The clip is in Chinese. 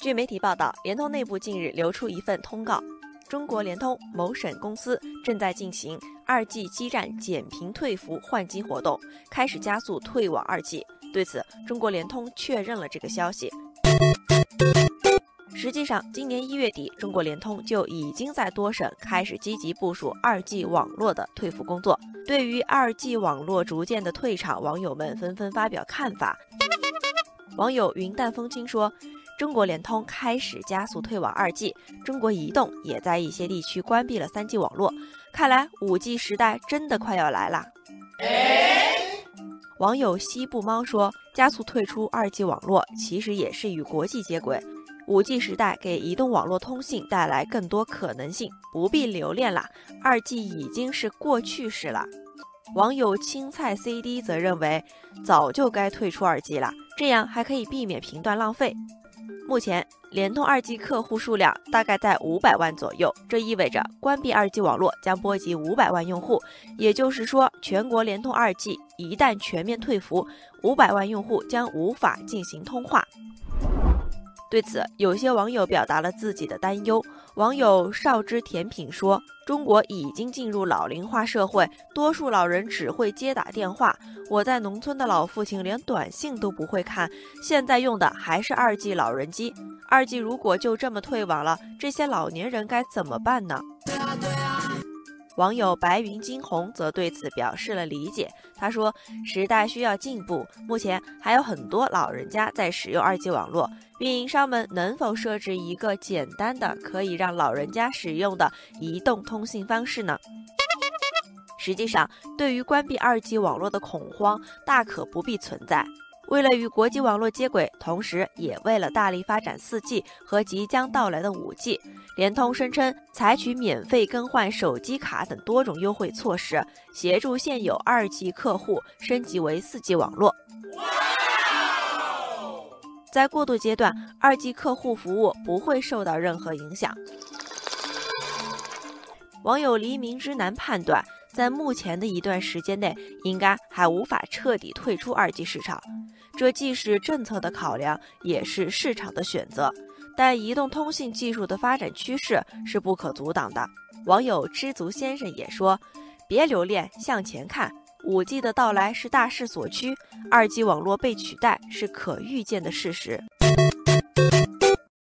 据媒体报道，联通内部近日流出一份通告，中国联通某省公司正在进行2G 基站减频退服换机活动，开始加速退网2G。对此，中国联通确认了这个消息。实际上，今年1月底，中国联通就已经在多省开始积极部署2G 网络的退服工作。对于2G 网络逐渐的退场，网友们纷纷发表看法。网友云淡风轻说，中国联通开始加速退网2G，中国移动也在一些地区关闭了3G 网络，看来5G 时代真的快要来了。网友西部猫说，加速退出2G 网络其实也是与国际接轨，5G 时代给移动网络通信带来更多可能性，不必留恋了，2G 已经是过去式了。网友青菜 CD 则认为，早就该退出2G 了，这样还可以避免频段浪费。目前，联通2G 客户数量大概在500万左右，这意味着关闭2G 网络将波及500万用户，也就是说，全国联通2G一旦全面退服，500万用户将无法进行通话。对此，有些网友表达了自己的担忧。网友少之甜品说，中国已经进入老龄化社会，多数老人只会接打电话，我在农村的老父亲连短信都不会看，现在用的还是2G 老人机。2G 如果就这么退网了，这些老年人该怎么办呢？网友白云惊鸿则对此表示了理解，他说，时代需要进步，目前还有很多老人家在使用2G 网络，运营商们能否设置一个简单的可以让老人家使用的移动通信方式呢？实际上，对于关闭2G 网络的恐慌大可不必存在。为了与国际网络接轨，同时也为了大力发展4G 和即将到来的5G，联通声称采取免费更换手机卡等多种优惠措施，协助现有2G 客户升级为4G 网络。在过渡阶段，2G 客户服务不会受到任何影响。网友黎明之南判断，在目前的一段时间内，应该还无法彻底退出2G 市场。这既是政策的考量，也是市场的选择。但移动通信技术的发展趋势是不可阻挡的。网友知足先生也说，别留恋，向前看，5G 的到来是大势所趋，2G 网络被取代是可预见的事实。